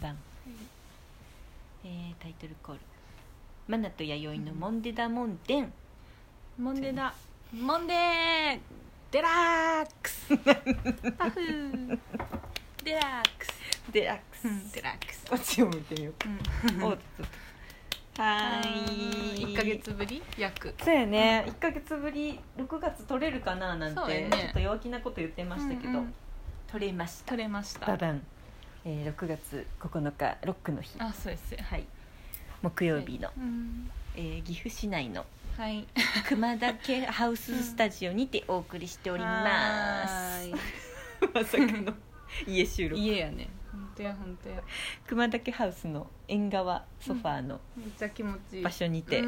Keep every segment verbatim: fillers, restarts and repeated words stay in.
番、はいえー、タイトルコールマナと弥生のモンデダモンデン、 うん、モンデダモンデーデラックスパフーデラックスデラックス、 うん、デラックスこっちを向いてみよう、うん、おっとはーいいっかげつぶり約そうやね、いっかげつぶりろくがつ取れるかななんて、 ね、 ちょっと弱気なこと言ってましたけど、うんうん、取れました取れましたババン、えー、ろくがつここのかロックの日、 あそうです、 はい、木曜日の、 はいうんえー、岐阜市内のはい、 熊田家ハウススタジオにてお送りしております、うん、まさかの家収録家やね、本当や本当や熊田家ハウスの縁側ソファーのめっちゃ気持ちいい場所にて、 うん、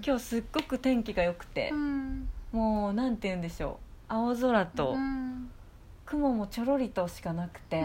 今日すっごく天気が良くて、うん、もうなんて言うんでしょう、青空と、うん、雲もちょろりとしかなくて、うん、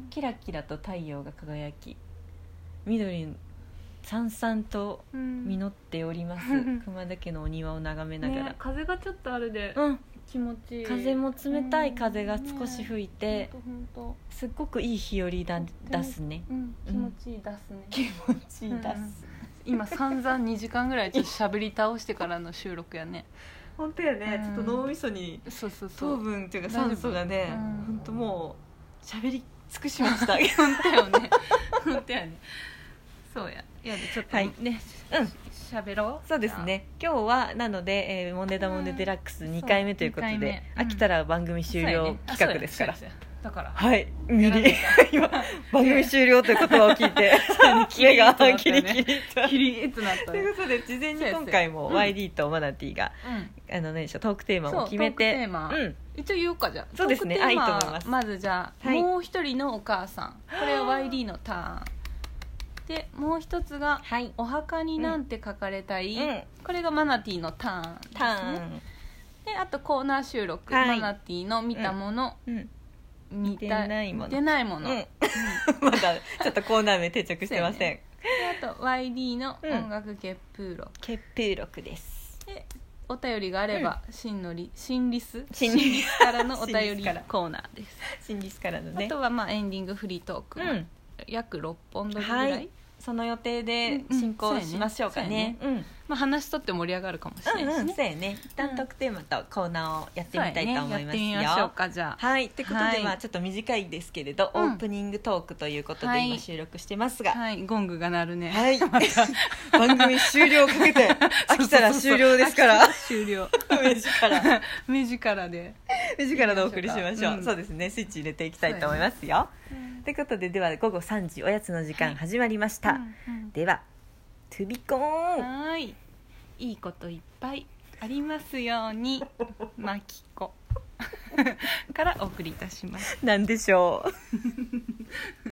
キラキラと太陽が輝き緑さんさんと実っております、うん、熊田家のお庭を眺めながら、ね、 風がちょっとあるで、 うん、 気持ちいい、 風も冷たい風が少し吹いて、ね、すっごくいい日和だ出すね、 うん、気持ちいい出すね、 気持ちいい出す、うん、 今散々にじかんぐらいちょっと喋り倒してからの収録やね本当やね、うん、ちょっと脳みそに糖分っていうか酸素がね、うん、本当もう喋り尽くしました本当よね本当やねそうやいやちょっとね、はい、うん喋ろう。 そうですね、今日はなので、えー、モンデダモンデデラックスにかいめということで、うん、飽きたら番組終了企画ですから、 だからはいミリ今番組終了という言葉を聞いて目がキリキリとキリとなったということで、事前に今回も ワイディー とマナティが、うん、あのね、トークテーマを決めて、 トークテーマ、うん、一応言おうか、じゃあそうですね、あ、いいと思います。 まずじゃあ、はい、もう一人のお母さん、これは ワイディー のターンで、もう一つが、はい、お墓になんて書かれたい、うん、これがマナティーのターンですね。 ターンで、あとコーナー収録、はい、マナティーの見たもの、うんうん、見た出ないもの、 出ないもの、うん、 まだちょっとコーナー名定着してません、ね、 であと ワイディー の音楽月風録、 月風録です。 でお便りがあれば、うん、新のり新リス新リスからのお便りコーナーです。 新リスからのね。 あとはまあエンディングフリートーク、うん、約ろっぽん撮りぐらい、はい、 その予定で進行しましょうかね、 うんうんね、うん、まあ、話しとって盛り上がるかもしれないですね、 うんうん、そうやね、一旦トークテーマとコーナーをやってみたいと思いますよ、ね、やってみましょうか、じゃあ、 はいということで、はい、まあ、ちょっと短いですけれど、うん、オープニングトークということで今収録してますが、 はい、ゴングが鳴るね、 はい番組終了をかけて飽きたら終了ですから終了目力目力で目力でお送りしましょう、うん、そうですね、スイッチ入れていきたいと思いますよ、ということで、ではごごさんじおやつの時間始まりました、はい、うんうん、ではトゥビコーン、 はい、いいこといっぱいありますようにマキコからお送りいたします。 なんでしょう